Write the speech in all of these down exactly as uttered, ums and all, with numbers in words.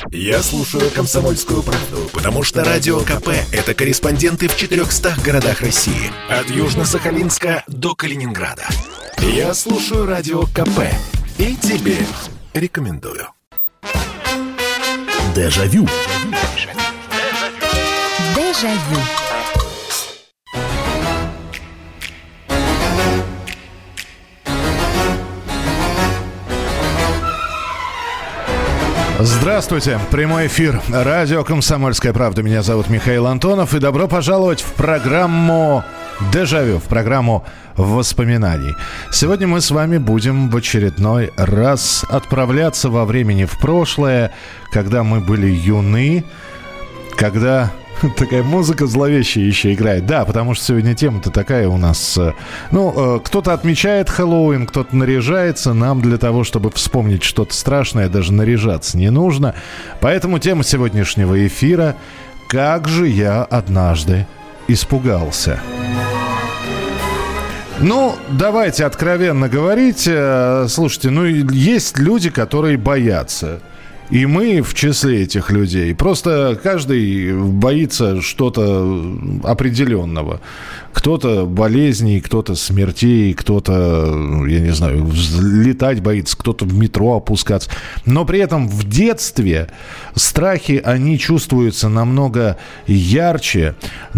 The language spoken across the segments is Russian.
Я слушаю «Комсомольскую правду», потому что Радио КП – это корреспонденты в четырехстах городах России. От Южно-Сахалинска до Калининграда. Я слушаю Радио КП и тебе рекомендую. Дежавю. Дежавю. Здравствуйте. Прямой эфир. Радио «Комсомольская правда». Меня зовут Михаил Антонов. И добро пожаловать в программу «Дежавю», в программу воспоминаний. Сегодня мы с вами будем в очередной раз отправляться во времени в прошлое, когда мы были юны, когда... Такая музыка зловещая еще играет. Да, потому что сегодня тема-то такая у нас. Ну, кто-то отмечает Хэллоуин, кто-то наряжается. Нам для того, чтобы вспомнить что-то страшное, даже наряжаться не нужно. Поэтому тема сегодняшнего эфира — «Как же я однажды испугался». Ну, давайте откровенно говорить. Слушайте, ну, есть люди, которые боятся. И мы в числе этих людей. Просто каждый боится что-то определенного. Кто-то болезней, кто-то смертей, кто-то, я не знаю, летать боится, кто-то в метро опускаться. Но при этом в детстве страхи, они чувствуются намного ярче,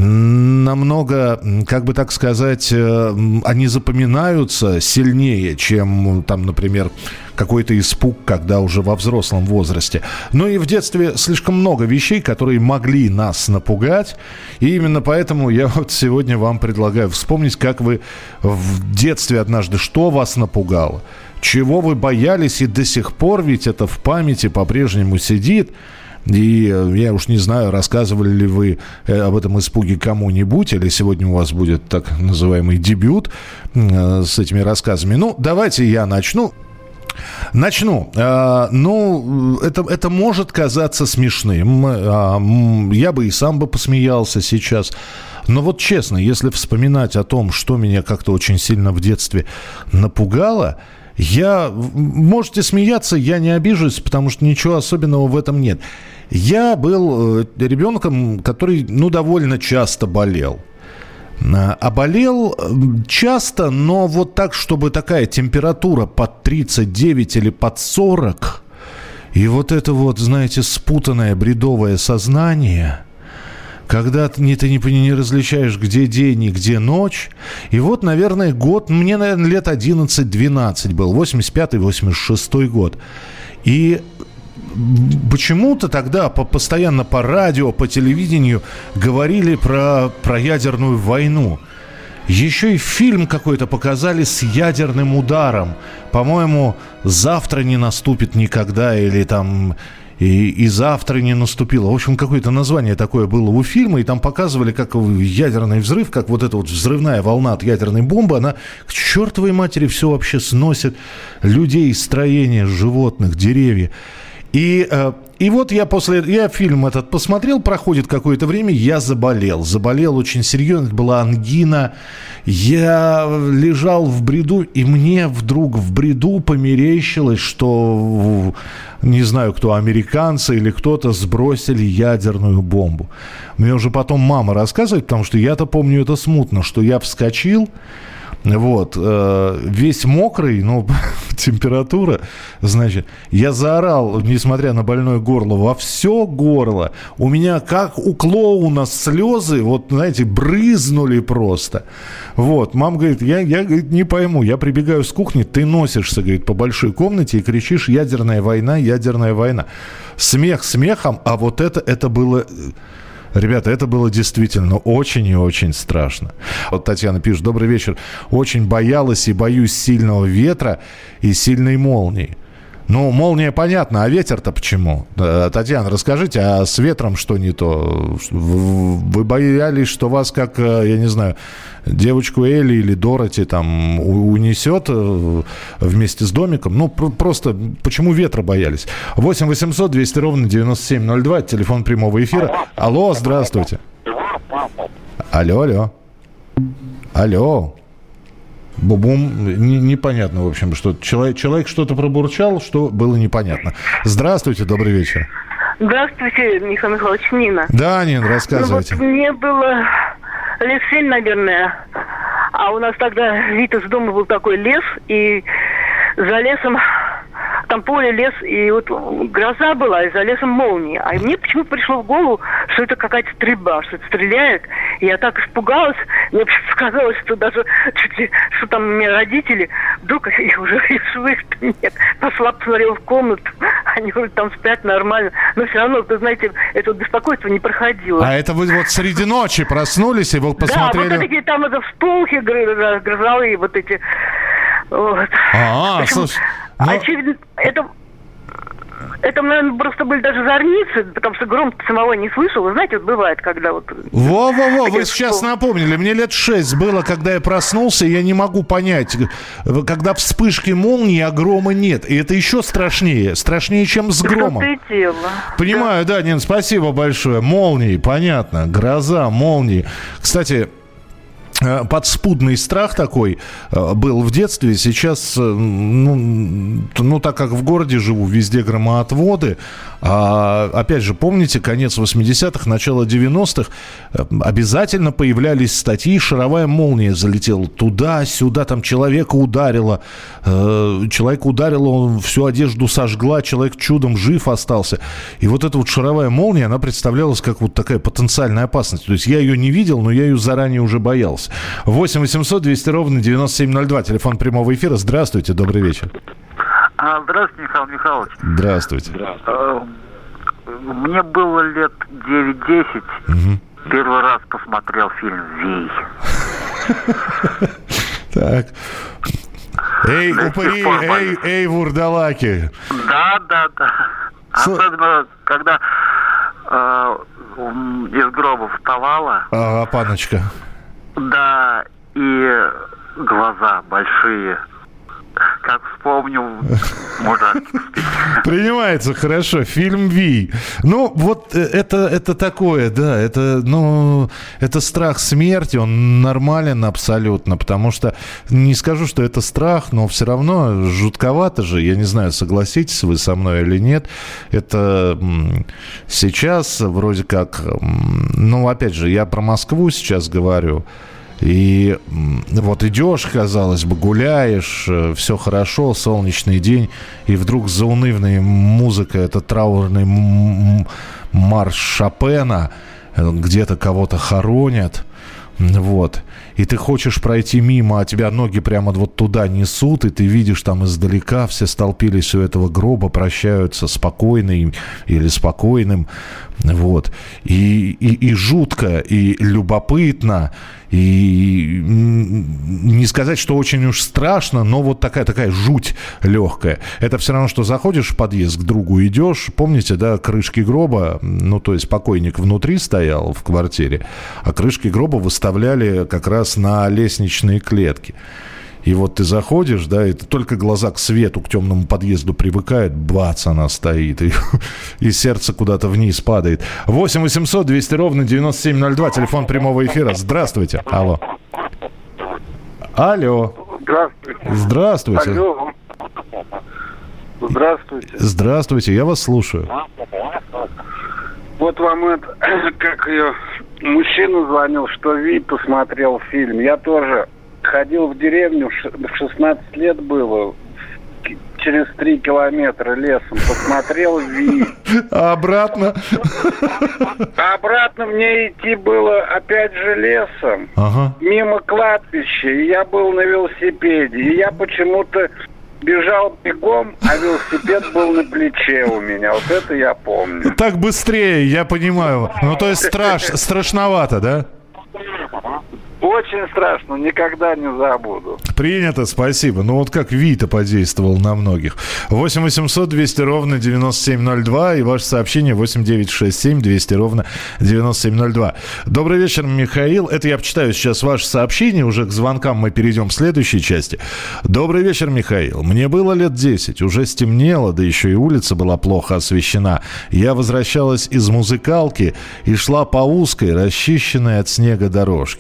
намного, как бы так сказать, они запоминаются сильнее, чем, там, например, какой-то испуг, когда уже во взрослом возрасте. Но и в детстве слишком много вещей, которые могли нас напугать. И именно поэтому я вот сегодня вам предлагаю вспомнить, как вы в детстве однажды, что вас напугало, чего вы боялись, и до сих пор ведь это в памяти по-прежнему сидит. И я уж не знаю, рассказывали ли вы об этом испуге кому-нибудь, или сегодня у вас будет так называемый дебют с этими рассказами. Ну, давайте я начну. Начну. А, ну, это, это может казаться смешным. А, я бы и сам бы посмеялся сейчас. Но вот честно, если вспоминать о том, что меня как-то очень сильно в детстве напугало, я... Можете смеяться, я не обижусь, потому что ничего особенного в этом нет. Я был ребенком, который, ну, довольно часто болел. А болел часто, но вот так, чтобы такая температура под тридцать девять или под сорок. И вот это вот, знаете, спутанное бредовое сознание, когда ты не, ты не, не различаешь, где день и где ночь. И вот, наверное, год, мне, наверное, лет одиннадцать-двенадцать был, восемьдесят пятый - восемьдесят шестой год. И... Почему-то тогда по, постоянно по радио, по телевидению говорили про, про ядерную войну. Еще и фильм какой-то показали с ядерным ударом. По-моему, «Завтра не наступит никогда» или там... И, и завтра не наступило. В общем, какое-то название такое было у фильма, и там показывали, как ядерный взрыв, как вот эта вот взрывная волна от ядерной бомбы, она к чертовой матери все вообще сносит. Людей, строения, животных, деревья. И, и вот я после... Я фильм этот посмотрел, проходит какое-то время, я заболел. Заболел очень серьезно, это была ангина. Я лежал в бреду, и мне вдруг в бреду померещилось, что, не знаю, кто, американцы или кто-то сбросили ядерную бомбу. Мне уже потом мама рассказывает, потому что я-то помню это смутно, что я вскочил, вот, э, весь мокрый, ну, температура, значит, я заорал, несмотря на больное горло, во все горло. У меня, как у клоуна, слезы, вот, знаете, брызнули просто. Вот, мама говорит, я, я говорит, не пойму, я прибегаю с кухни, ты носишься, говорит, по большой комнате и кричишь: ядерная война, ядерная война. Смех смехом, а вот это, это было... Ребята, это было действительно очень и очень страшно. Вот Татьяна пишет: добрый вечер. Очень боялась и боюсь сильного ветра и сильной молнии. Ну, молния понятно, а ветер-то почему? Татьяна, расскажите, а с ветром что не то? Вы боялись, что вас, как, я не знаю, девочку Элли или Дороти там унесет вместе с домиком? Ну, просто почему ветра боялись? восемь восемьсот двести ровно девяносто семь ноль два, телефон прямого эфира. Алло, здравствуйте. Алло, алло. Алло. Бубум, не, непонятно, в общем, что человек, человек что-то пробурчал, что было непонятно. Здравствуйте, добрый вечер. Здравствуйте, Михаил Михайлович, Нина. Да, Нин, рассказывайте. Ну, вот мне было лет семь, наверное, а у нас тогда вид из дома был такой лес, и за лесом там поле, лес, и вот гроза была, и за лесом молния. А мне почему-то пришло в голову, что это какая-то стрельба, что это стреляет. И я так испугалась, мне показалось, что даже чуть ли, что там у меня родители, вдруг их уже их живых нет. Пошла, посмотрела в комнату, они уже там спят нормально. Но все равно, вы знаете, это беспокойство не проходило. А это вы вот среди ночи проснулись, и вы посмотрели... Да, вот такие там это всполохи грозовые, вот эти... Вот. А, слушай... Но... Очевидно, это, это, наверное, просто были даже зорницы, потому что гром самого не слышал. Вы знаете, вот бывает, когда вот... Во-во-во, вы сейчас напомнили. Мне лет шесть было, когда я проснулся, и я не могу понять, когда вспышки молнии, а грома нет. И это еще страшнее. Страшнее, чем с громом. Понимаю, да, Нин, спасибо большое. Молнии, понятно. Гроза, молнии. Кстати... Подспудный страх такой был в детстве. Сейчас, ну, ну, так как в городе живу, везде громоотводы. А, опять же, помните, конец восьмидесятых, начало девяностых, обязательно появлялись статьи «Шаровая молния залетела туда-сюда, там человека ударило, э, человека ударило, он всю одежду сожгла, человек чудом жив остался». И вот эта вот шаровая молния, она представлялась как вот такая потенциальная опасность. То есть я ее не видел, но я ее заранее уже боялся. восемь восемьсот двести ровно девяносто семь ноль два, телефон прямого эфира. Здравствуйте, добрый вечер. Здравствуйте, Михаил Михайлович. Здравствуйте. Здравствуйте. Мне было лет девять-десять. Угу. Первый раз посмотрел фильм «Вий». Так. Эй, упыри, эй, эй, вурдалаки. Да, да, да. Особенно, когда из гроба вставала. Ага, паночка. Да, и глаза большие. Как вспомню, мужик. Принимается, хорошо. Фильм «Вий». Ну, вот это, это такое, да, это, ну, это страх смерти, он нормален абсолютно, потому что, не скажу, что это страх, но все равно жутковато же, я не знаю, согласитесь вы со мной или нет, это сейчас вроде как, ну, опять же, я про Москву сейчас говорю. И вот идешь, казалось бы, гуляешь, все хорошо, солнечный день, и вдруг заунывная музыка, это траурный марш Шопена, где-то кого-то хоронят, вот. И ты хочешь пройти мимо, а тебя ноги прямо вот туда несут, и ты видишь там издалека, все столпились у этого гроба, прощаются спокойным или спокойным, вот. И, и, и жутко, и любопытно, и не сказать, что очень уж страшно, но вот такая, такая жуть легкая. Это все равно, что заходишь в подъезд, к другу идешь, помните, да, крышки гроба, ну, то есть покойник внутри стоял в квартире, а крышки гроба выставляли как раз на лестничные клетки. И вот ты заходишь, да, и только глаза к свету, к темному подъезду привыкают, бац, она стоит, и, и сердце куда-то вниз падает. восемь восемьсот двести ровно девяносто семь ноль два, телефон прямого эфира. Здравствуйте. Алло. Алло. Здравствуйте. Здравствуйте. Алло. Здравствуйте. Здравствуйте, я вас слушаю. Вот вам это, как ее, мужчина звонил, что «Вий» посмотрел фильм. Я тоже ходил в деревню, в шестнадцать лет было, через три километра лесом, посмотрел «Вий». А обратно? А обратно мне идти было опять же лесом, ага. Мимо кладбища, и я был на велосипеде, и я почему-то бежал бегом, а велосипед был на плече у меня. Вот это я помню. Так быстрее, я понимаю. Ну, то есть страш, страшновато, да? Очень страшно, никогда не забуду. Принято, спасибо. Ну вот как Вита подействовал на многих. восемь восемьсот двести ровно девяносто семь ноль два и ваше сообщение восемь девятьсот шестьдесят семь двести ровно девяносто семь ноль два. Добрый вечер, Михаил. Это я почитаю сейчас ваше сообщение. Уже к звонкам мы перейдем в следующей части. Добрый вечер, Михаил. Мне было лет десять. Уже стемнело, да еще и улица была плохо освещена. Я возвращалась из музыкалки и шла по узкой, расчищенной от снега дорожке.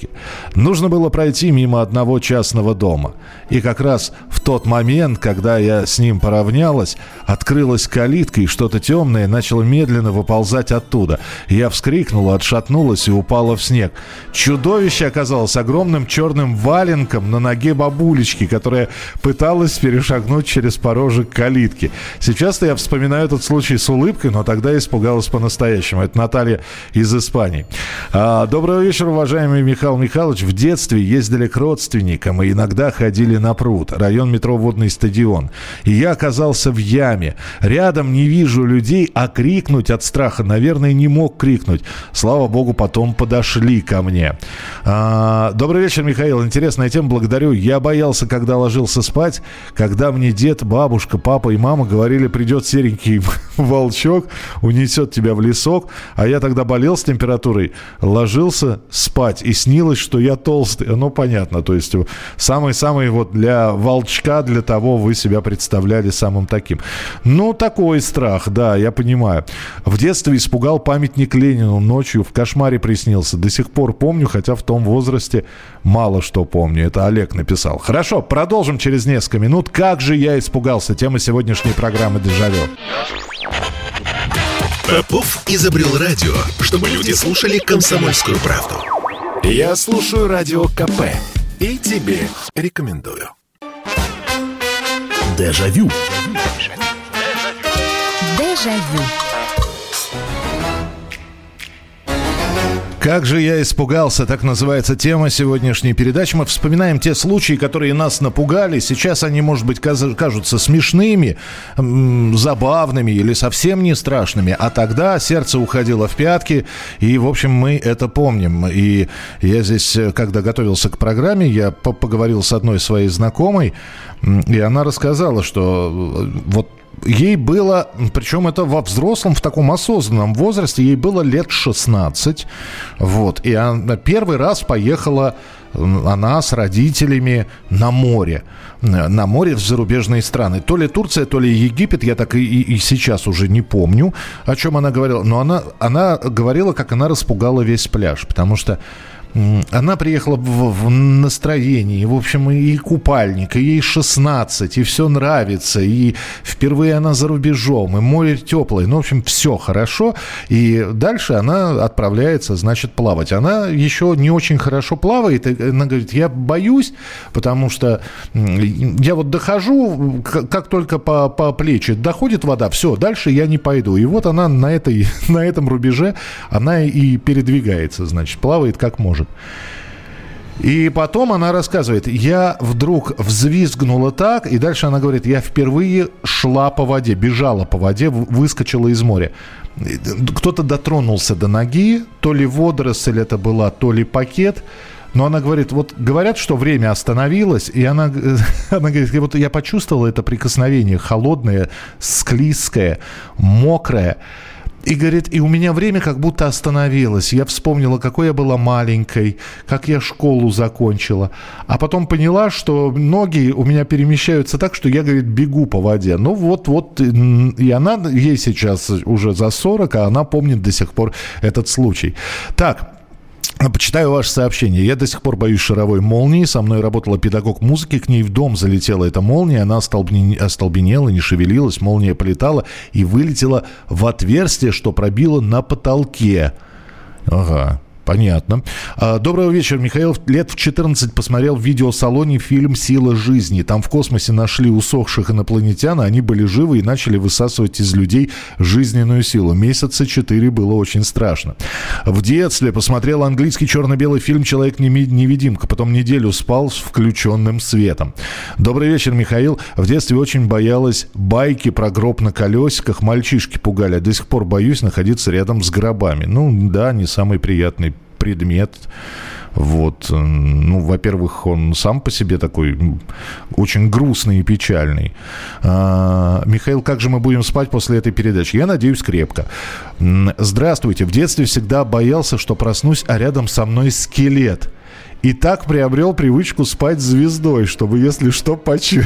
Нужно было пройти мимо одного частного дома. И как раз в тот момент, когда я с ним поравнялась, открылась калитка, и что-то темное начало медленно выползать оттуда. Я вскрикнула, отшатнулась и упала в снег. Чудовище оказалось огромным черным валенком на ноге бабулечки, которая пыталась перешагнуть через порожек калитки. Сейчас-то я вспоминаю этот случай с улыбкой, но тогда испугалась по-настоящему. Это Наталья из Испании. А, доброго вечера, уважаемый Михаил Михайлович. В детстве ездили к родственникам и иногда ходили на пруд. Район метро Водный стадион. И я оказался в яме. Рядом не вижу людей, а крикнуть от страха, наверное, не мог крикнуть. Слава богу, потом подошли ко мне. А, добрый вечер, Михаил. Интересная тема, благодарю. Я боялся, когда ложился спать, когда мне дед, бабушка, папа и мама говорили, придет серенький волчок, унесет тебя в лесок. А я тогда болел с температурой, ложился спать, и снилось, что я толстый. Ну, понятно, то есть самый-самый вот для волчка, для того вы себя представляли самым таким. Ну, такой страх, да, я понимаю. В детстве испугал памятник Ленину, ночью в кошмаре приснился. До сих пор помню, хотя в том возрасте мало что помню. Это Олег написал. Хорошо, продолжим через несколько минут. Как же я испугался? Тема сегодняшней программы «Дежавю». Попов изобрел радио, чтобы люди слушали «Комсомольскую правду». Я слушаю радио КП и тебе рекомендую. Дежавю. Дежавю. Как же я испугался, так называется тема сегодняшней передачи. Мы вспоминаем те случаи, которые нас напугали. Сейчас они, может быть, кажутся смешными, забавными или совсем не страшными. А тогда сердце уходило в пятки, и, в общем, мы это помним. И я здесь, когда готовился к программе, я поговорил с одной своей знакомой, и она рассказала, что вот ей было, причем это во взрослом, в таком осознанном возрасте, ей было лет шестнадцать. Вот, и она первый раз поехала, она с родителями на море. На море в зарубежные страны. То ли Турция, то ли Египет, я так и, и, и сейчас уже не помню, о чем она говорила. Но она, она говорила, как она распугала весь пляж, потому что она приехала в, в настроении, в общем, и купальник, и ей шестнадцать, и все нравится, и впервые она за рубежом, и море теплое, ну, в общем, все хорошо, и дальше она отправляется, значит, плавать. Она еще не очень хорошо плавает, и она говорит, я боюсь, потому что я вот дохожу, как только по, по плечи доходит вода, все, дальше я не пойду. И вот она на, этой, на этом рубеже, она и передвигается, значит, плавает как может. И потом она рассказывает, я вдруг взвизгнула так, и дальше она говорит, я впервые шла по воде, бежала по воде, выскочила из моря. Кто-то дотронулся до ноги, то ли водоросль это была, то ли пакет. Но она говорит, вот говорят, что время остановилось, и она, она говорит, вот я почувствовала это прикосновение холодное, склизкое, мокрое. И, говорит, и у меня время как будто остановилось. Я вспомнила, какой я была маленькой, как я школу закончила. А потом поняла, что ноги у меня перемещаются так, что я, говорит, бегу по воде. Ну вот-вот, и она, ей сейчас уже за сорок, а она помнит до сих пор этот случай. Так. Почитаю ваше сообщение. Я до сих пор боюсь шаровой молнии. Со мной работала педагог музыки. К ней в дом залетела эта молния. Она остолбенела, не шевелилась. Молния полетала и вылетела в отверстие, что пробило на потолке. Ага. Понятно. Доброго вечера, Михаил. Лет в четырнадцать посмотрел в видеосалоне фильм «Сила жизни». Там в космосе нашли усохших инопланетян, а они были живы и начали высасывать из людей жизненную силу. Месяца четыре было очень страшно. В детстве посмотрел английский черно-белый фильм «Человек-невидимка». Потом неделю спал с включенным светом. Добрый вечер, Михаил. В детстве очень боялась байки про гроб на колесиках. Мальчишки пугали. До сих пор боюсь находиться рядом с гробами. Ну, да, не самый приятный предмет. Вот. Ну, во-первых, он сам по себе такой очень грустный и печальный. А, Михаил, как же мы будем спать после этой передачи? Я надеюсь, крепко. Здравствуйте. В детстве всегда боялся, что проснусь, а рядом со мной скелет. И так приобрел привычку спать звездой, чтобы, если что, почуять.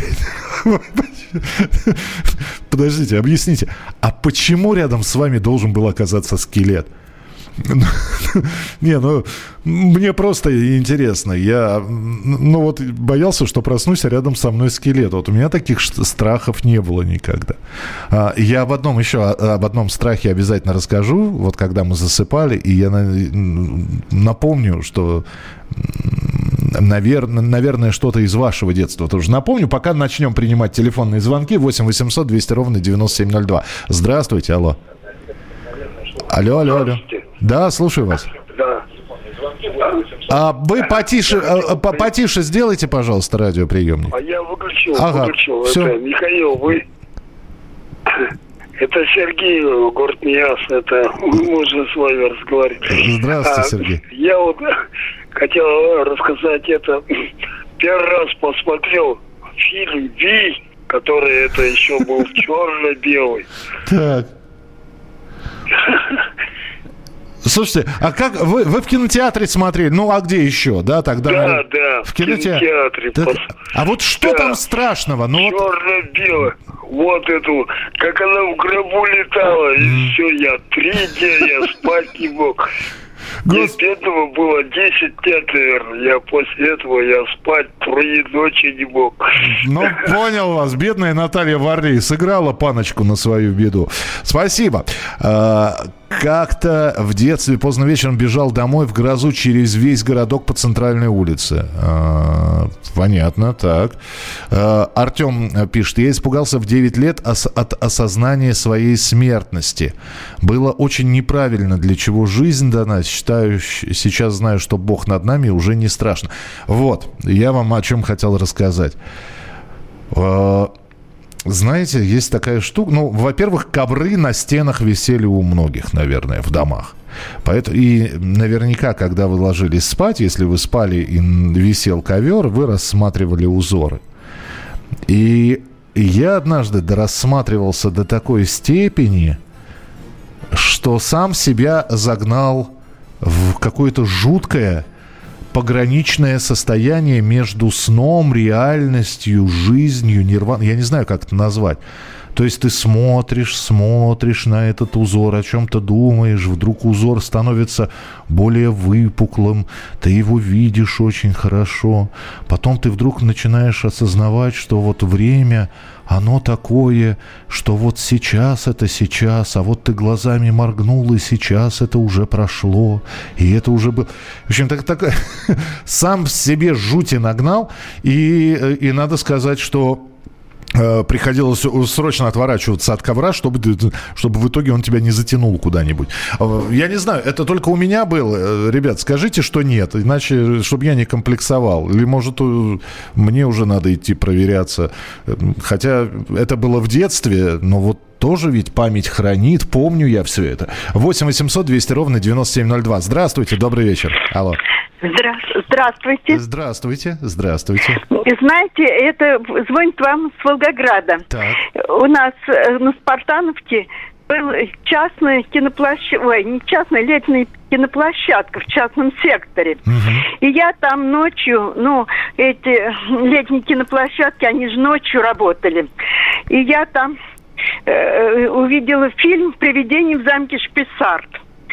Подождите, объясните. А почему рядом с вами должен был оказаться скелет? Не, ну, мне просто интересно. Я, ну, вот боялся, что проснусь, а рядом со мной скелет. Вот у меня таких страхов не было никогда. Я об одном еще, об одном страхе обязательно расскажу. Вот когда мы засыпали, и я напомню, что, наверное, наверное, что-то из вашего детства тоже напомню. Пока начнем принимать телефонные звонки. восемь восемьсот двести ровно девяносто семь ноль два. Здравствуйте, алло. Алло, алло, алло. Да, слушаю вас. Да. А вы потише, потише сделайте, пожалуйста, радиоприемник. А я выключил, ага, выключил. все. Это, Михаил, вы... Это Сергей, город Мияс. Это можно с вами разговаривать. Здравствуйте, а, Сергей. Я вот хотел рассказать это. Первый раз посмотрел фильм «Вий», который это еще был черно-белый. Так. Слушайте, а как вы, вы в кинотеатре смотрели? Ну, а где еще, да, тогда? Да, да, в кинотеатре. кинотеатре. Так, пос... А вот что да. там страшного? Ну, черно-белое. Вот эту, как она в гробу летала, и все, я три дня, я спать не мог. Гос... Этого было десять лет, наверное. Я после этого я спать трое ночи не мог. Ну, понял вас. Бедная Наталья Варлей сыграла паночку на свою беду. Спасибо. Как-то в детстве поздно вечером бежал домой в грозу через весь городок по центральной улице. А, понятно, так. А, Артем пишет. Я испугался в девять лет ос- от осознания своей смертности. Было очень неправильно, для чего жизнь дана. Считаю, сейчас знаю, что Бог над нами, уже не страшно. Вот, я вам о чем хотел рассказать. А, знаете, есть такая штука. Ну, во-первых, ковры на стенах висели у многих, наверное, в домах. Поэтому, и наверняка, когда вы ложились спать, если вы спали и висел ковер, вы рассматривали узоры. И я однажды рассматривался до такой степени, что сам себя загнал в какое-то жуткое пограничное состояние между сном, реальностью, жизнью, нирваной. Я не знаю, как это назвать. То есть ты смотришь, смотришь на этот узор, о чем-то думаешь, вдруг узор становится более выпуклым, ты его видишь очень хорошо. Потом ты вдруг начинаешь осознавать, что вот время, оно такое, что вот сейчас это сейчас, а вот ты глазами моргнул, и сейчас это уже прошло, и это уже было... В общем, так, так, сам себе жути нагнал, и, и надо сказать, что приходилось срочно отворачиваться от ковра, чтобы, чтобы в итоге он тебя не затянул куда-нибудь. Я не знаю, это только у меня было. Ребят, скажите, что нет, иначе, чтобы я не комплексовал. Или, может, мне уже надо идти проверяться. Хотя это было в детстве, но вот тоже ведь память хранит, помню я все это. восемь восемьсот двести ровно девяносто семь ноль два. Здравствуйте, добрый вечер. Алло. Здравствуйте. Здравствуйте. Здравствуйте. Знаете, это звонит вам с Волгограда. Так. У нас на Спартановке был частная киноплощадка, ой, не частная, летняя киноплощадка в частном секторе. Угу. И я там ночью, ну, эти летние киноплощадки, они же ночью работали. И я там э, увидела фильм «Привидение в замке Шпессарт».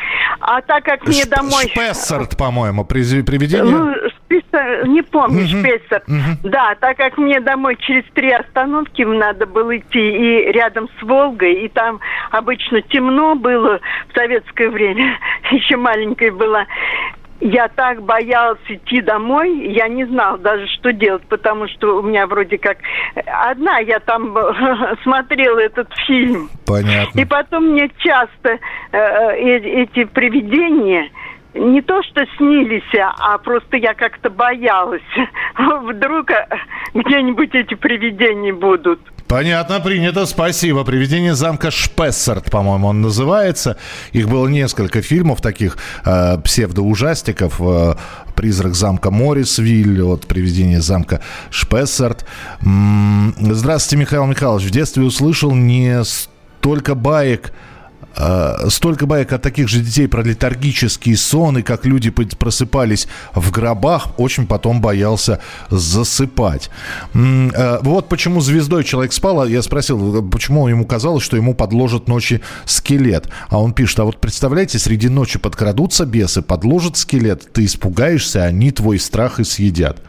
А так как мне Ш- домой... Шпессарт, по-моему, привидение? Ну, Шпессарт, не помню, uh-huh. Шпессарт. Uh-huh. Да, так как мне домой через три остановки надо было идти, и рядом с Волгой, и там обычно темно было в советское время, еще маленькая была. Я так боялась идти домой, я не знала даже, что делать, потому что у меня вроде как одна, я там смотрела этот фильм. Понятно. И потом мне часто э, эти привидения не то что снились, а просто я как-то боялась. Вдруг где-нибудь эти привидения будут. Понятно, принято, спасибо. «Привидение замка Шпессарт», по-моему, он называется. Их было несколько фильмов таких э, псевдоужастиков. Э, «Призрак замка Моррисвиль», вот «Привидение замка Шпессарт». М-м, здравствуйте, Михаил Михайлович. В детстве услышал не столько баек Столько баек от таких же детей про летаргический сон и как люди просыпались в гробах, очень потом боялся засыпать. Вот почему звездой человек спал. Я спросил, почему ему казалось, что ему подложат ночи скелет. А он пишет, а вот представляете, среди ночи подкрадутся бесы, подложат скелет, ты испугаешься, они твой страх и съедят.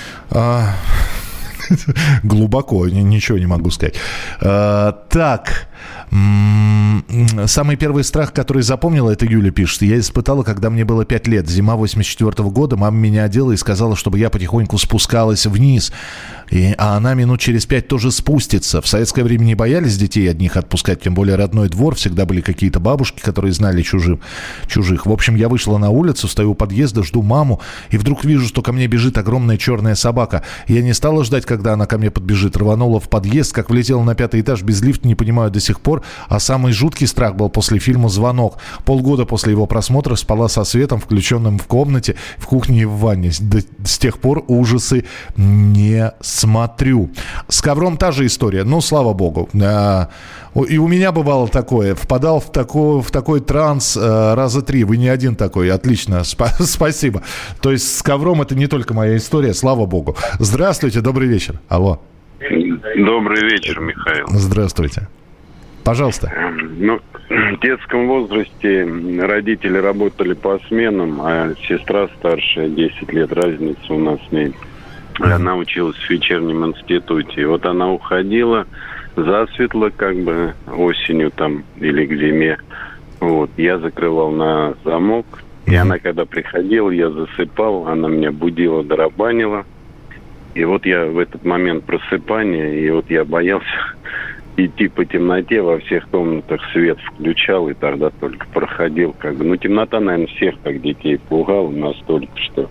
Глубоко, ничего не могу сказать. Так... Самый первый страх, который запомнила, это Юля пишет. Я испытала, когда мне было пять лет. Зима восемьдесят четвёртого года. Мама меня одела и сказала, чтобы я потихоньку спускалась вниз. И, а она минут через пять тоже спустится. В советское время не боялись детей одних отпускать. Тем более родной двор. Всегда были какие-то бабушки, которые знали чужим, чужих. В общем, я вышла на улицу, стою у подъезда, жду маму. И вдруг вижу, что ко мне бежит огромная черная собака. Я не стала ждать, когда она ко мне подбежит. Рванула в подъезд, как влетела на пятый этаж без лифта, не понимаю до сих пор. А самый жуткий страх был после фильма «Звонок». Полгода после его просмотра спала со светом, включенным в комнате, в кухне и в ванне. С тех пор ужасы не смотрю. С ковром та же история. Ну, слава богу. И у меня бывало такое. Впадал в такой, в такой транс раза три. Вы не один такой. Отлично. Сп- спасибо. То есть с ковром это не только моя история. Слава богу. Здравствуйте. Добрый вечер. Алло. Добрый вечер, Михаил. Здравствуйте. Пожалуйста. Ну, в детском возрасте родители работали по сменам, а сестра старшая, десять лет разница у нас с ней. Она училась в вечернем институте. И вот она уходила засветло, как бы осенью там или к зиме. Вот. Я закрывал на замок. И она, когда приходила, я засыпал, она меня будила, дорабанила. И вот я в этот момент просыпания, и вот я боялся идти по темноте, во всех комнатах свет включал, и тогда только проходил. Как бы. Ну, темнота, наверное, всех, как детей, пугала настолько, что...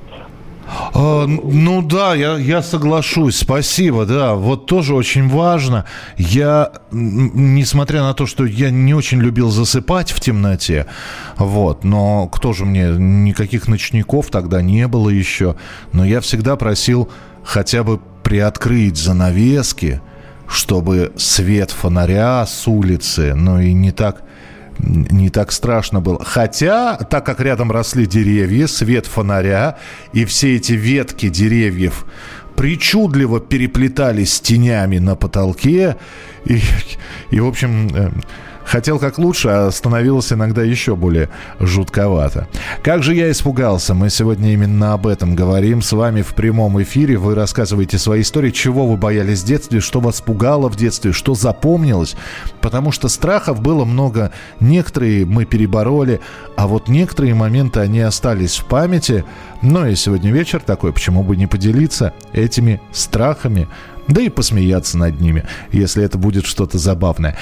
А, ну да, я, я соглашусь, спасибо, да, вот тоже очень важно. Я, несмотря на то, что я не очень любил засыпать в темноте, вот, но кто же мне, никаких ночников тогда не было еще, но я всегда просил хотя бы приоткрыть занавески, чтобы свет фонаря с улицы, ну и не так, не так страшно было. Хотя, так как рядом росли деревья, свет фонаря и все эти ветки деревьев причудливо переплетались с тенями на потолке, и, и в общем... Хотел как лучше, а становилось иногда еще более жутковато. Как же я испугался. Мы сегодня именно об этом говорим. С вами в прямом эфире. Вы рассказываете свои истории, чего вы боялись в детстве, что вас пугало в детстве, что запомнилось. Потому что страхов было много. Некоторые мы перебороли, а вот некоторые моменты, они остались в памяти. Ну и сегодня вечер такой, почему бы не поделиться этими страхами, да и посмеяться над ними, если это будет что-то забавное.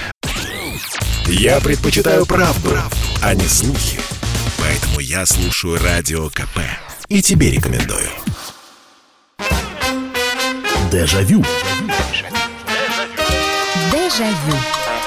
Я предпочитаю правду, правду, а не слухи. Поэтому я слушаю Радио КП. И тебе рекомендую. Дежавю. Дежавю.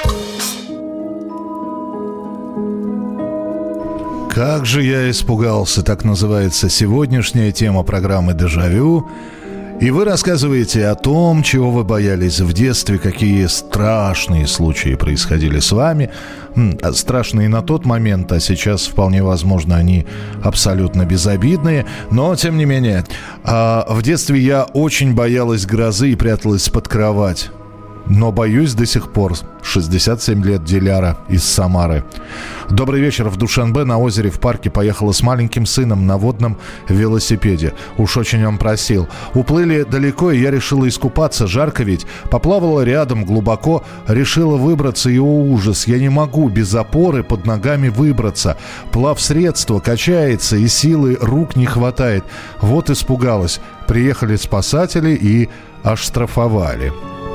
Как же я испугался, так называется сегодняшняя тема программы «Дежавю». И вы рассказываете о том, чего вы боялись в детстве, какие страшные случаи происходили с вами. Страшные на тот момент, а сейчас, вполне возможно, они абсолютно безобидные. Но, тем не менее, в детстве я очень боялась грозы и пряталась под кровать. Но боюсь до сих пор. шестьдесят семь лет, Диляра из Самары. Добрый вечер. В Душанбе на озере в парке поехала с маленьким сыном на водном велосипеде. Уж очень он просил. Уплыли далеко, и я решила искупаться. Жарко ведь. Поплавала рядом глубоко. Решила выбраться, и, о ужас, я не могу без опоры под ногами выбраться. Плавсредство качается, и силы рук не хватает. Вот испугалась. Приехали спасатели и оштрафовали.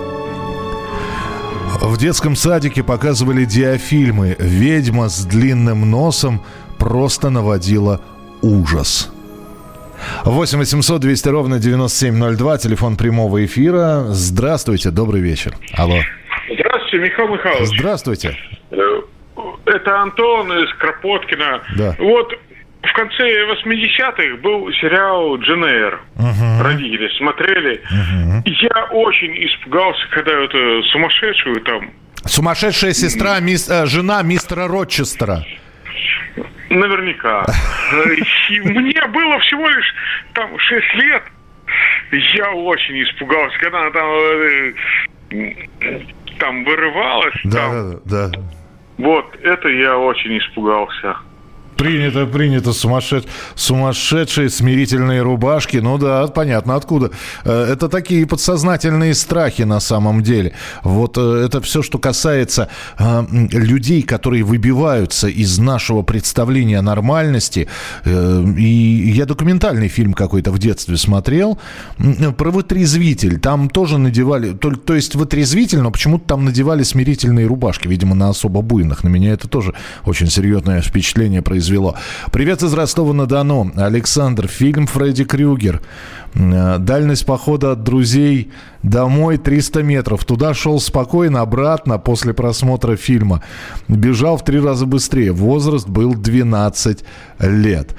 В детском садике показывали диафильмы. Ведьма с длинным носом просто наводила ужас. восемь восемьсот двести ровно девяносто семь ноль два. Телефон прямого эфира. Здравствуйте, добрый вечер. Алло. Здравствуйте, Михаил Михайлович. Здравствуйте. Это Антон из Кропоткина. Да. Вот в конце восьмидесятых был сериал «Джейн Эйр». Uh-huh. Родители смотрели. Uh-huh. Я очень испугался, когда эту сумасшедшую там Сумасшедшая сестра, мис, э, жена мистера Рочестера. Наверняка. Мне было всего лишь там шесть лет. Я очень испугался, когда она там, там вырывалась. Да, там. да, да. Вот, это я очень испугался. Принято, принято, сумасшедшие, сумасшедшие смирительные рубашки. Ну да, понятно, откуда. Это такие подсознательные страхи на самом деле. Вот это все, что касается э, людей, которые выбиваются из нашего представления о нормальности. Э, и я документальный фильм какой-то в детстве смотрел про вытрезвитель. Там тоже надевали, то, то есть вытрезвитель, но почему-то там надевали смирительные рубашки, видимо, на особо буйных. На меня это тоже очень серьезное впечатление произвело. Привет из Ростова-на-Дону. Александр, фильм «Фредди Крюгер». Дальность похода от друзей домой триста метров. Туда шел спокойно, обратно после просмотра фильма. Бежал в три раза быстрее. Возраст был двенадцать лет.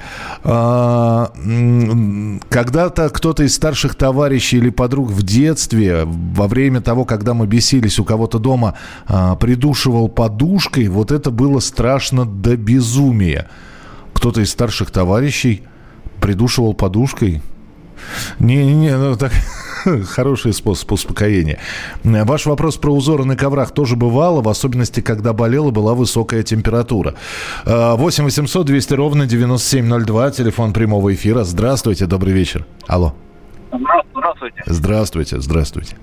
Когда-то кто-то из старших товарищей или подруг в детстве, во время того, когда мы бесились у кого-то дома, придушивал подушкой. Вот это было страшно до безумия. Кто-то из старших товарищей придушивал подушкой. Не-не-не, ну так... Хороший способ успокоения. Ваш вопрос про узоры на коврах тоже бывало, в особенности, когда болела, была высокая температура. восемь восемьсот двести ровно девяносто семь ноль два, телефон прямого эфира. Здравствуйте, добрый вечер. Алло. Здравствуйте. Здравствуйте, здравствуйте.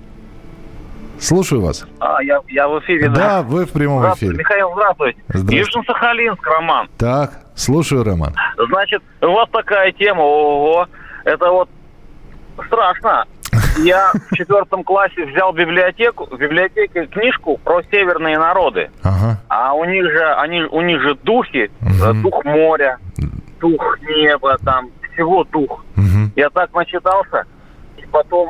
Слушаю вас. А, я, я в эфире, да? Да, вы в прямом эфире. Михаил, здравствуйте. Здравствуйте. Южно-Сахалинск, Роман. Так, слушаю, Роман. Значит, у вас такая тема, ого, это вот страшно. Я в четвертом классе взял библиотеку, в библиотеке книжку про северные народы. Ага. А у них же, они, у них же духи, угу. дух моря, дух неба, там, всего дух. Угу. Я так начитался, и потом,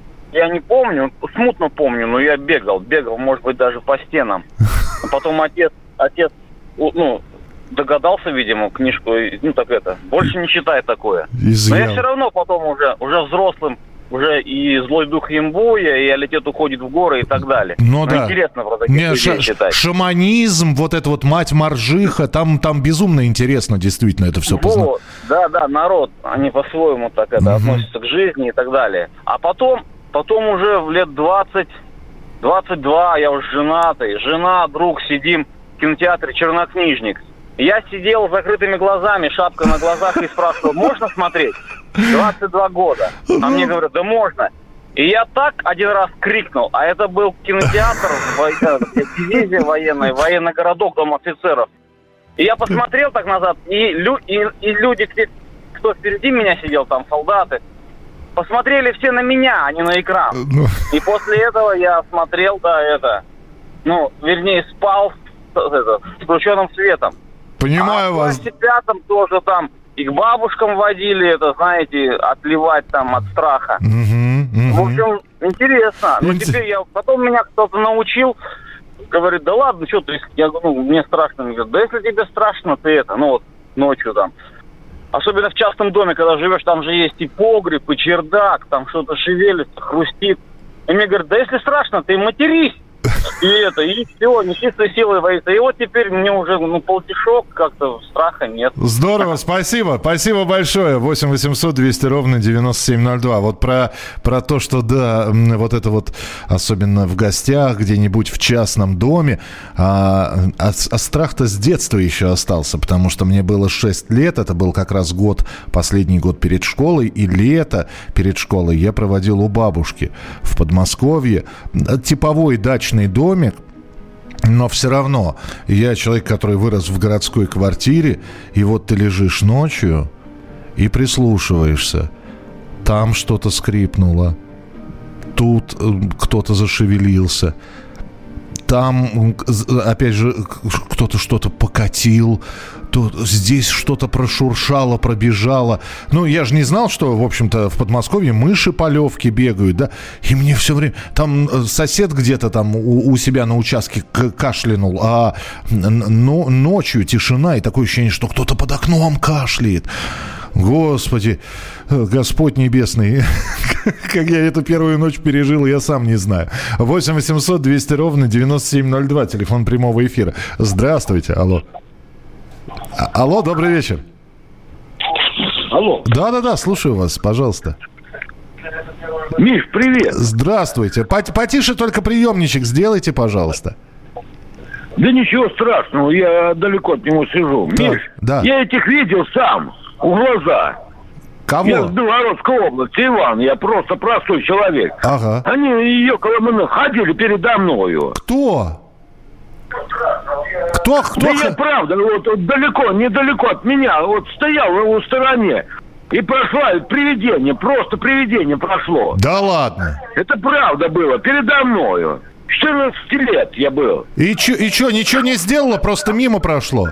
я не помню, смутно помню, но я бегал, бегал, может быть, даже по стенам. А потом отец, отец, ну, догадался, видимо, книжку, ну, так это, больше не читай такое. Изъял. Но я все равно потом уже, уже взрослым, уже и злой дух Ямбуя, и Алитет уходит в горы и так далее. Ну, да. Интересно про таких Не, людей ш- читать. Шаманизм, вот это вот мать Маржиха, там, там безумно интересно действительно это все познать. Вот, да, да, народ, они по-своему так это, угу. относятся к жизни и так далее. А потом, потом уже в лет двадцать, двадцать два, я уже женатый, жена, друг, сидим в кинотеатре «Чернокнижник». Я сидел с закрытыми глазами, шапка на глазах и спрашивал, можно смотреть? двадцать два года. А мне говорят, да можно. И я так один раз крикнул, а это был кинотеатр, дивизия военная, военный городок, дом офицеров. И я посмотрел так назад, и, лю, и, и люди, кто впереди меня сидел, там солдаты, посмотрели все на меня, а не на экран. И после этого я смотрел, да, это, ну, вернее, спал с, это, с включенным светом. Понимаю а вас. в классе пятом тоже там и к бабушкам водили, это, знаете, отливать там от страха. Угу, угу. В общем, интересно. Но Инте... теперь я, потом меня кто-то научил, говорит, да ладно, что ты, я говорю, ну, мне страшно. Он говорит, да если тебе страшно, ты это, ну вот, ночью там. Особенно в частном доме, когда живешь, там же есть и погреб, и чердак, там что-то шевелится, хрустит. И мне говорят, да если страшно, ты матерись. И это, и все, нечистой силой воится. И вот теперь мне уже, ну, полтишок, как-то страха нет. Здорово, спасибо, спасибо большое. восемь восемьсот двести ровно девяносто семь ноль два. Вот про, про то, что, да, вот это вот, особенно в гостях, где-нибудь в частном доме, а, а, а страх-то с детства еще остался, потому что мне было шесть лет, это был как раз год, последний год перед школой, и лето перед школой я проводил у бабушки в Подмосковье. Типовой дачный домик, но все равно я человек, который вырос в городской квартире, и вот ты лежишь ночью и прислушиваешься. Там что-то скрипнуло, тут кто-то зашевелился, там, опять же, кто-то что-то покатил, то здесь что-то прошуршало, пробежало. Ну, я же не знал, что, в общем-то, в Подмосковье мыши-полевки бегают, да, и мне все время... Там сосед где-то там у, у себя на участке кашлянул, а но, ночью тишина, и такое ощущение, что кто-то под окном кашляет. Господи, Господь Небесный, Как я эту первую ночь пережил, я сам не знаю. восемь восемьсот двести ровно девяносто семь ноль два, телефон прямого эфира. Здравствуйте, алло. А- алло, добрый вечер. Алло. Да-да-да, слушаю вас, пожалуйста. Миш, привет. Здравствуйте. Потише только приемничек сделайте, пожалуйста. Да ничего страшного, я далеко от него сижу. Так, Миш, да. я этих видел сам, в глаза. Кого? Я с Белгородской области, Иван, я просто простой человек. Ага. Они ее коломаны ходили передо мною. Кто? Кто? Кто? Да я правда, вот, вот далеко, недалеко от меня, вот стоял в его стороне. И прошло привидение, просто привидение прошло. Да ладно. Это правда было, передо мною. четырнадцать лет я был. И чё, и чё, ничего не сделало, просто мимо прошло?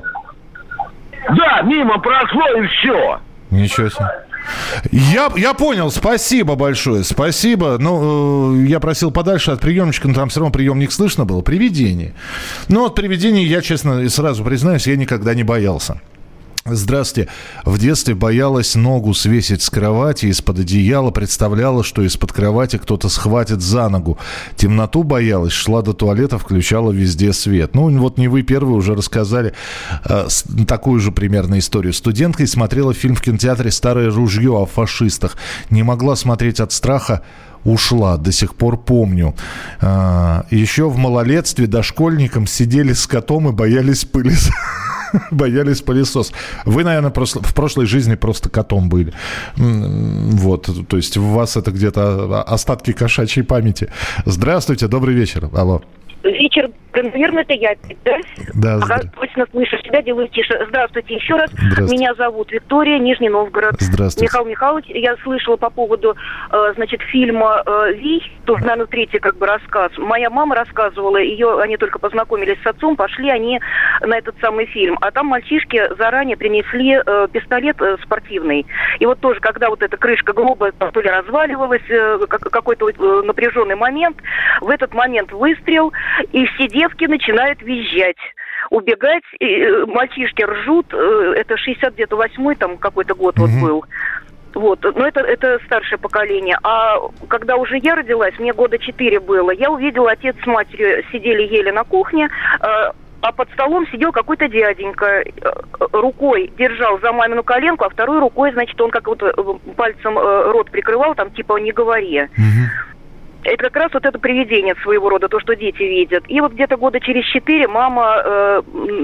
Да, мимо прошло и все. Ничего себе. Я, я понял, спасибо большое, спасибо. Ну, э, я просил подальше от приемничка, но там все равно приемник слышно было. Привидение. Ну, от привидений я, честно, сразу признаюсь, я никогда не боялся. Здравствуйте. В детстве боялась ногу свесить с кровати, из-под одеяла представляла, что из-под кровати кто-то схватит за ногу. Темноту боялась, шла до туалета, включала везде свет. Ну, вот не вы первые уже рассказали э, с, такую же примерно историю. Студенткой смотрела фильм в кинотеатре «Старое ружье» о фашистах. Не могла смотреть от страха. Ушла, до сих пор помню. А, еще в малолетстве дошкольникам сидели с котом и боялись пылесоса. Боялись пылесос. Вы, наверное, просто, в прошлой жизни просто котом были. Вот, то есть у вас это где-то остатки кошачьей памяти. Здравствуйте, добрый вечер. Алло. Вечер, наверное, это я, да? Да, ага, точно слышу себя, делаю тише. Здравствуйте еще раз. Меня зовут Виктория, Нижний Новгород. Здравствуйте. Михаил Михайлович, я слышала по поводу, э, значит, фильма э, «Вий», тоже, наверное, третий как бы рассказ. Моя мама рассказывала, ее, они только познакомились с отцом, пошли они на этот самый фильм. А там мальчишки заранее принесли э, пистолет э, спортивный. И вот тоже, когда вот эта крышка гроба то ли разваливалась, э, какой-то э, напряженный момент, в этот момент выстрел, и все девки начинают визжать, убегать, и мальчишки ржут, это шестьдесят где-то восьмой там какой-то год mm-hmm. вот был. Вот, но это, это старшее поколение. А когда уже я родилась, мне года четыре было, я увидела, отец с матерью сидели ели на кухне, а под столом сидел какой-то дяденька, рукой держал за мамину коленку, а второй рукой, значит, он как вот пальцем рот прикрывал, там типа «не говори». Mm-hmm. Это как раз вот это привидение своего рода, то, что дети видят. И вот где-то года через четыре мама э,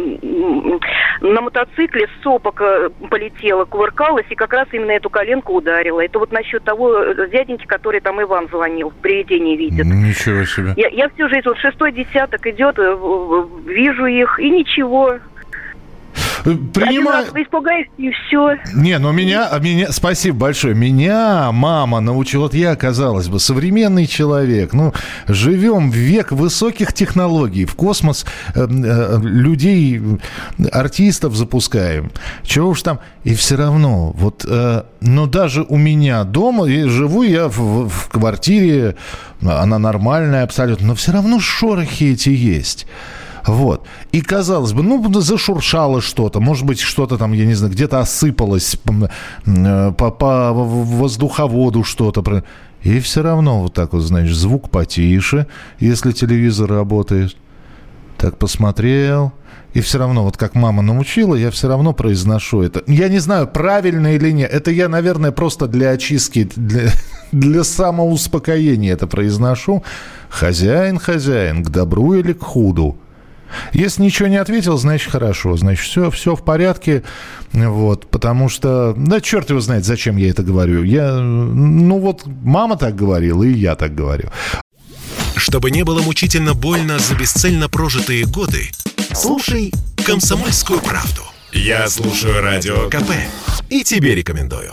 на мотоцикле с сопок полетела, кувыркалась, и как раз именно эту коленку ударила. Это вот насчет того дяденьки, который там Иван звонил, привидение видит. Ничего себе. Я, я всю жизнь, вот шестой десяток идет, вижу их, и ничего. Принимаю. Один раз испугаешься, и все. Не, ну меня, меня, спасибо большое. Меня мама научила, вот я, казалось бы, современный человек. Ну, живем в век высоких технологий. В космос э, э, людей, артистов запускаем. Чего уж там. И все равно, вот, э, ну, даже у меня дома, и живу я в, в квартире, она нормальная абсолютно, но все равно шорохи эти есть. Вот. И, казалось бы, ну, зашуршало что-то. Может быть, что-то там, я не знаю, где-то осыпалось по, по, по воздуховоду что-то. И все равно вот так вот, знаешь, звук потише, если телевизор работает. Так посмотрел. И все равно, вот как мама научила, я все равно произношу это. Я не знаю, правильно или нет. Это я, наверное, просто для очистки, для, для самоуспокоения это произношу. Хозяин, хозяин, к добру или к худу? Если ничего не ответил, значит, хорошо. Значит, все, все в порядке. Вот, потому что, да, черт его знает, зачем я это говорю. Я, ну вот, мама так говорила, и я так говорю. Чтобы не было мучительно больно за бесцельно прожитые годы, слушай «Комсомольскую правду». Я слушаю Радио КП и тебе рекомендую.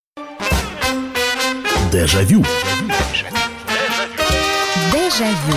Дежавю. Дежавю.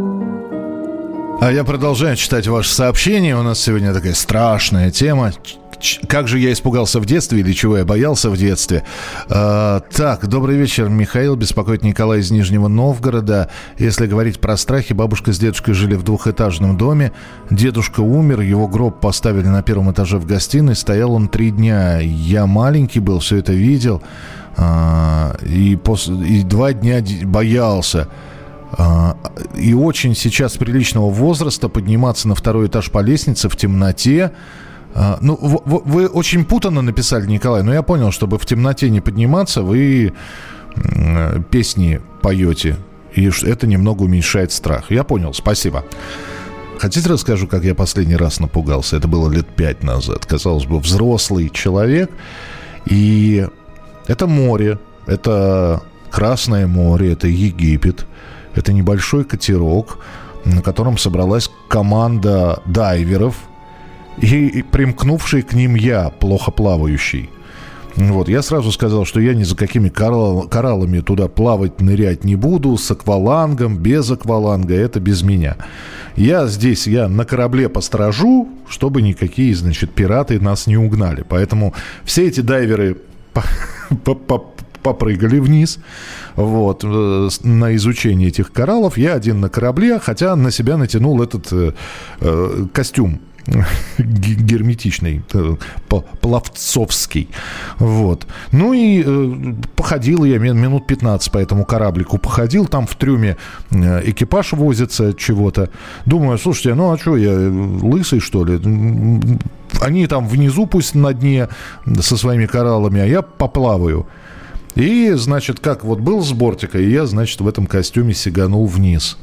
А я продолжаю читать ваши сообщения. У нас сегодня такая страшная тема. как же я испугался в детстве или чего я боялся в детстве. А, так, добрый вечер, Михаил. Беспокоит Николай из Нижнего Новгорода. Если говорить про страхи, бабушка с дедушкой жили в двухэтажном доме. Дедушка умер, его гроб поставили на первом этаже в гостиной. Стоял он три дня. Я маленький был, все это видел. А, и, после, и два дня боялся. И очень сейчас приличного возраста подниматься на второй этаж по лестнице в темноте. Ну, вы очень путанно написали, Николай, но я понял, чтобы в темноте не подниматься, вы песни поете, и это немного уменьшает страх. Я понял, спасибо. Хотите, расскажу, как я последний раз напугался? Это было лет пять назад. Казалось бы, взрослый человек, и это море, это Красное море, это Египет. Это небольшой катерок, на котором собралась команда дайверов и, и примкнувший к ним я, плохо плавающий. Вот, я сразу сказал, что я ни за какими коралл, кораллами туда плавать, нырять не буду, с аквалангом, без акваланга, это без меня. Я здесь, я на корабле посторожу, чтобы никакие, значит, пираты нас не угнали. Поэтому все эти дайверы попрыгали вниз, вот, на изучение этих кораллов. Я один на корабле, хотя на себя натянул этот э, э, костюм герметичный, э, пловцовский. Вот. Ну и э, походил я минут пятнадцать по этому кораблику. Походил, там в трюме экипаж возится чего-то. Думаю, слушайте, ну а что, я лысый, что ли? Они там внизу пусть на дне со своими кораллами, а я поплаваю. И, значит, как вот был с бортика, и я, значит, в этом костюме сиганул вниз.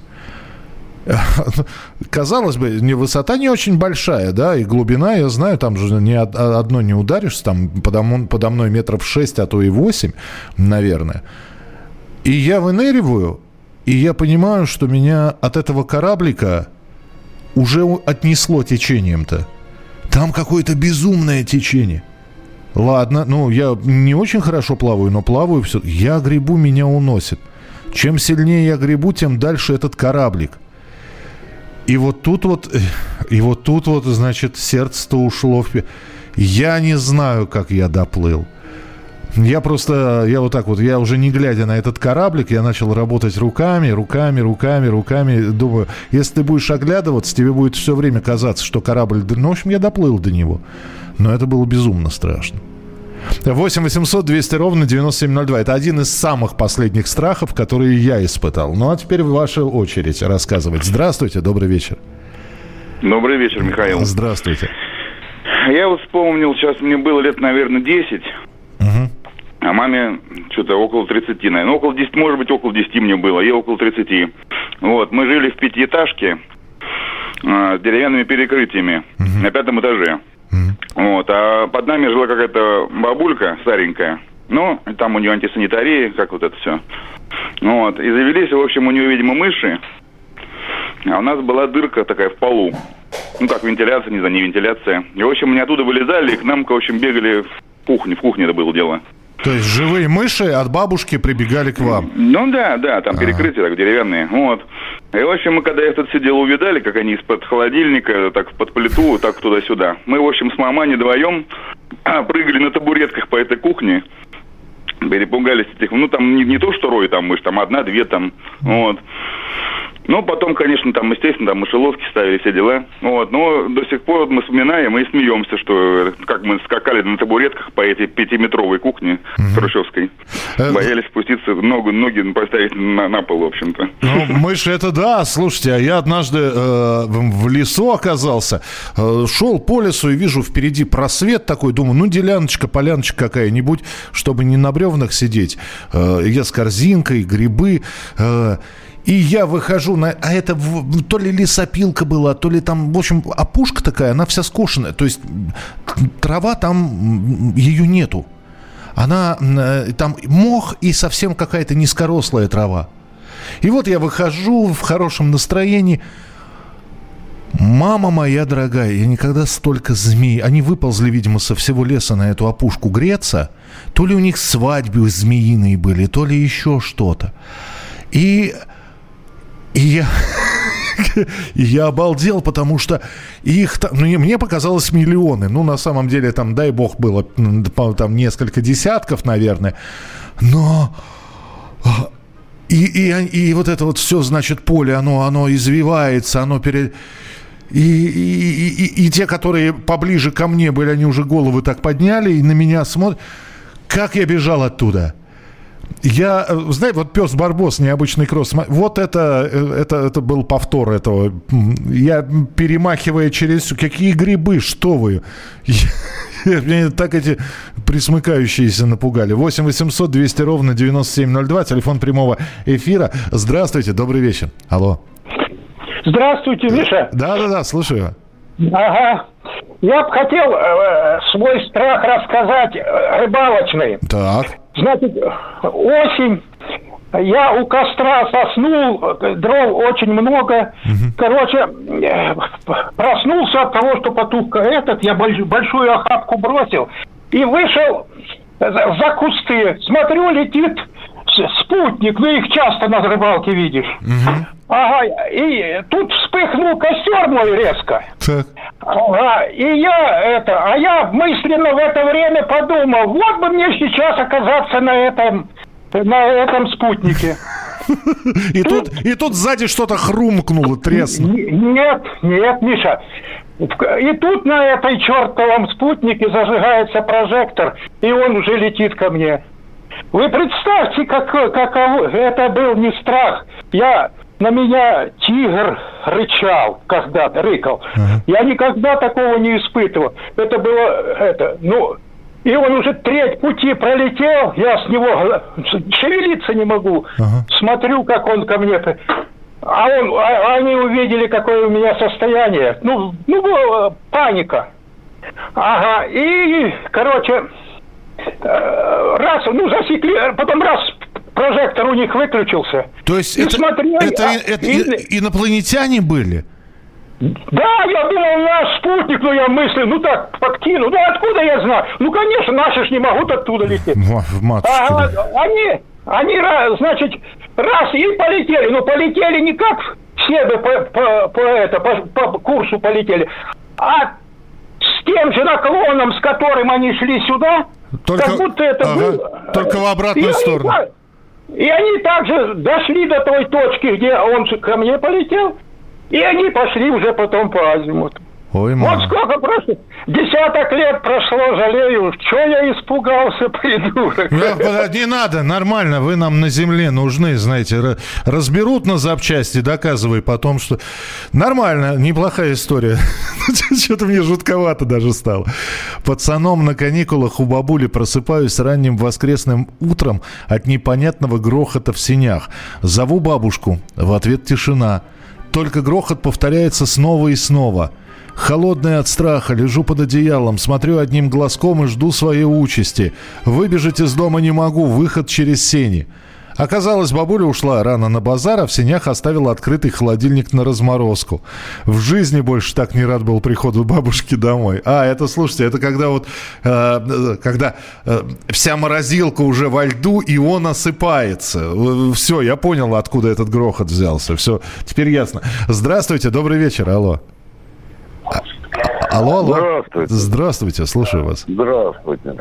Казалось бы, высота не очень большая, да, и глубина, я знаю, там же ни одно не ударишься, там подо мной, подо мной метров шесть, а то и восемь, наверное. И я выныриваю, и я понимаю, что меня от этого кораблика уже отнесло течением-то. Там какое-то безумное течение. Ладно, ну, я не очень хорошо плаваю, но плаваю все. Я гребу, меня уносит. Чем сильнее я гребу, тем дальше этот кораблик. И вот тут вот, и вот тут вот, значит, сердце-то ушло в... Я не знаю, как я доплыл. Я просто, я вот так вот, я уже не глядя на этот кораблик, я начал работать руками, руками, руками, руками. Думаю, если ты будешь оглядываться, тебе будет все время казаться, что корабль... Ну, в общем, я доплыл до него. Но это было безумно страшно. восемь восемьсот двести ровно девяносто семь ноль два. Это один из самых последних страхов, которые я испытал. Ну, а теперь ваша очередь рассказывать. Здравствуйте, добрый вечер. Добрый вечер, Михаил. Здравствуйте. Я вот вспомнил, сейчас мне было лет, наверное, десять. Угу. А маме что-то около тридцати, наверное. Ну, около десяти, может быть, около десяти мне было. Ей около тридцати. Вот, мы жили в пятиэтажке э, с деревянными перекрытиями угу. на пятом этаже. Вот, а под нами жила какая-то бабулька старенькая. Ну, там у нее антисанитария, как вот это все. Вот, и завелись, в общем, у нее, видимо, мыши. А у нас была дырка такая в полу. Ну, как вентиляция, не знаю, не вентиляция. И, в общем, они оттуда вылезали, и к нам, в общем, бегали в кухню. В кухне это было дело. То есть живые мыши от бабушки прибегали к вам? Ну, да, да, там перекрытия так деревянные. Вот. И, в общем, мы, когда я тут сидел, увидали, как они из-под холодильника, так под плиту, так туда-сюда. Мы, в общем, с маманей вдвоем прыгали на табуретках по этой кухне. Перепугались этих, ну, там не, не то, что рой там мышь, там одна-две там, вот. Ну, потом, конечно, там, естественно, там мышеловки ставили, все дела. Вот, но до сих пор вот мы вспоминаем и смеемся, что как мы скакали на табуретках по этой пятиметровой кухне mm-hmm. хрущевской. Боялись спуститься, ногу, ноги поставить на, на пол, в общем-то. Ну, мышь, это да, слушайте, а я однажды э, в лесу оказался, э, шел по лесу и вижу впереди просвет такой, думаю, ну, деляночка, поляночка какая-нибудь, чтобы не на бревнах сидеть. Э, я с корзинкой, грибы... Э, И я выхожу на... А это то ли лесопилка была, то ли там... В общем, опушка такая, она вся скошенная. То есть трава там... Ее нету. Она... Там мох и совсем какая-то низкорослая трава. И вот я выхожу в хорошем настроении. Мама моя дорогая, я никогда столько змей... Они выползли, видимо, со всего леса на эту опушку греться. То ли у них свадьбы змеиные были, то ли еще что-то. И... И я, И я обалдел, потому что их, ну, мне показалось миллионы. Ну, на самом деле, там, дай бог, было там несколько десятков, наверное. Но... И, и, и вот это вот все, значит, поле, оно, оно извивается, оно перед... И, и, и, и те, которые поближе ко мне были, они уже головы так подняли и на меня смотрят. Как я бежал оттуда? Я, знаете, вот пес Барбос, необычный кросс. Вот это, это, это был повтор этого. Я, перемахивая через... Какие грибы, что вы? Меня так эти присмыкающиеся напугали. восемь восемьсот двести ровно девяносто семь ноль два. Телефон прямого эфира. Здравствуйте, добрый вечер. Алло. Здравствуйте, Миша. Да-да-да, слушаю. Ага. Я бы хотел э, свой страх рассказать э, рыбалочный. Так. Значит, осень, я у костра соснул, дров очень много. Угу. Короче, э, проснулся от того, что потух этот, я большую охапку бросил и вышел за, за кусты. Смотрю, летит спутник, ну их часто на рыбалке видишь. Угу. Ага, и тут вспыхнул костер мой резко. Так. Ага, и я это, а я мысленно в это время подумал, вот бы мне сейчас оказаться на этом, на этом спутнике. И тут, и тут сзади что-то хрумкнуло, треснуло. Нет, нет, Миша. И тут на этой чертовом спутнике зажигается прожектор, и он уже летит ко мне. Вы представьте, как, каков это был не страх. Я... На меня тигр рычал когда-то, рыкал. Uh-huh. Я никогда такого не испытывал. Это было, это, ну, и он уже треть пути пролетел, я с него шевелиться не могу. Uh-huh. Смотрю, как он ко мне... А, он, а они увидели, какое у меня состояние. Ну, ну, паника. Ага, и, короче, раз, ну, засекли, потом раз... Прожектор у них выключился. То есть это, смотрели, это, а, это и... инопланетяне были? Да, я думал, наш спутник, но я мыслю, ну так, подкину. Ну откуда я знаю? Ну, конечно, наши ж не могут оттуда лететь. А, они, они, значит, раз и полетели. Ну, полетели не как все бы по, по, по, это, по, по курсу полетели, а с тем же наклоном, с которым они шли сюда, только, как будто это ага, было... Только в обратную и сторону. Они, и они также дошли до той точки, где он ко мне полетел, и они пошли уже потом по азимуту. Ой, вот сколько просто, десяток лет прошло, жалею, что я испугался, придурок. Не, не надо, нормально, вы нам на земле нужны, знаете, разберут на запчасти, доказывай потом, что... Нормально, неплохая история. Что-то мне жутковато даже стало. Пацаном на каникулах у бабули просыпаюсь ранним воскресным утром от непонятного грохота в сенях. Зову бабушку, в ответ тишина. Только грохот повторяется снова и снова. Холодный от страха, лежу под одеялом, смотрю одним глазком и жду своей участи. Выбежать из дома не могу, выход через сени. Оказалось, бабуля ушла рано на базар, а в сенях оставила открытый холодильник на разморозку. В жизни больше так не рад был приходу бабушки домой. А, это, слушайте, это когда вот, э, когда э, вся морозилка уже во льду, и он осыпается. Все, я понял, откуда этот грохот взялся. Все, теперь ясно. Здравствуйте, добрый вечер, алло. Алло, алло. Здравствуйте. Здравствуйте, слушаю вас. Здравствуйте.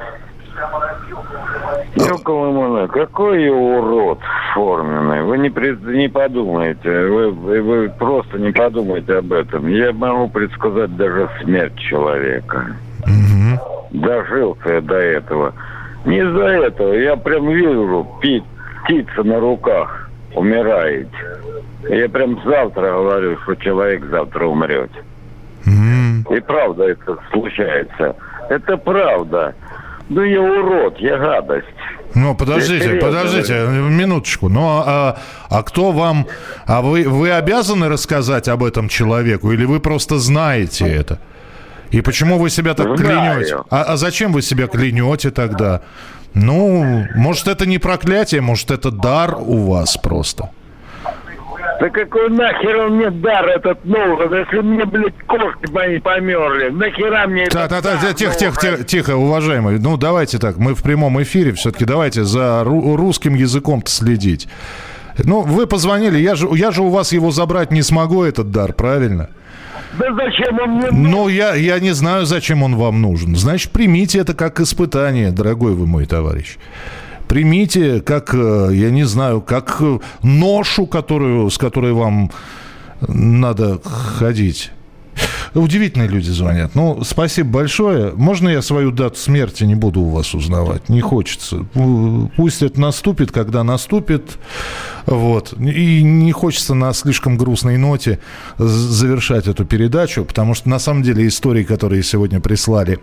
Ёкала-мана, какой я урод форменный. Вы не, пред, не подумаете, вы, вы, вы просто не подумайте об этом. Я могу предсказать даже смерть человека. Угу. Дожился я до этого. Не из-за этого. Я прям вижу, птица на руках умирает. Я прям завтра говорю, что человек завтра умрет. И правда это случается. Это правда. Ну, я урод, я гадость. Ну, подождите, подождите, минуточку. Ну, а, а кто вам... А вы, вы обязаны рассказать об этом человеку? Или вы просто знаете это? И почему вы себя так клянете? А, а зачем вы себя клянете тогда? Ну, может, это не проклятие, может, это дар у вас просто. Да какой нахер он мне дар этот нужен, если мне, блядь, кошки мои померли, нахера мне да, это да, да, тихо, тихо, тихо, тихо, уважаемый, ну давайте так, мы в прямом эфире, все-таки давайте за ру- русским языком-то следить. Ну, вы позвонили, я же, я же у вас его забрать не смогу, этот дар, правильно? Да зачем он мне нужен? Ну, я, я не знаю, зачем он вам нужен. Значит, примите это как испытание, дорогой вы мой товарищ. Примите как, я не знаю, как ношу, которую, с которой вам надо ходить. Удивительные люди звонят. Ну, спасибо большое. Можно я свою дату смерти не буду у вас узнавать? Не хочется. Пусть это наступит, когда наступит. Вот. И не хочется на слишком грустной ноте завершать эту передачу, потому что, на самом деле, истории, которые сегодня прислали,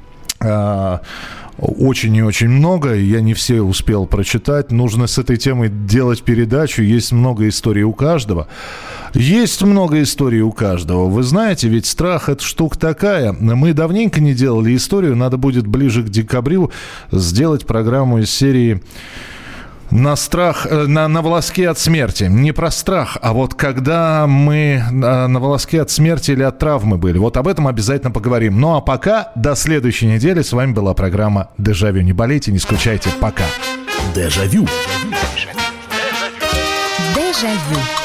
очень и очень много, я не все успел прочитать. Нужно с этой темой делать передачу. Есть много историй у каждого. Есть много историй у каждого. Вы знаете, ведь страх – это штука такая. Мы давненько не делали историю. Надо будет ближе к декабрю сделать программу из серии «На страх, на, на волоске от смерти». Не про страх, а вот когда мы на, на волоске от смерти или от травмы были. Вот об этом обязательно поговорим. Ну а пока, до следующей недели. С вами была программа «Дежавю». Не болейте, не скучайте. Пока. Дежавю. Дежавю.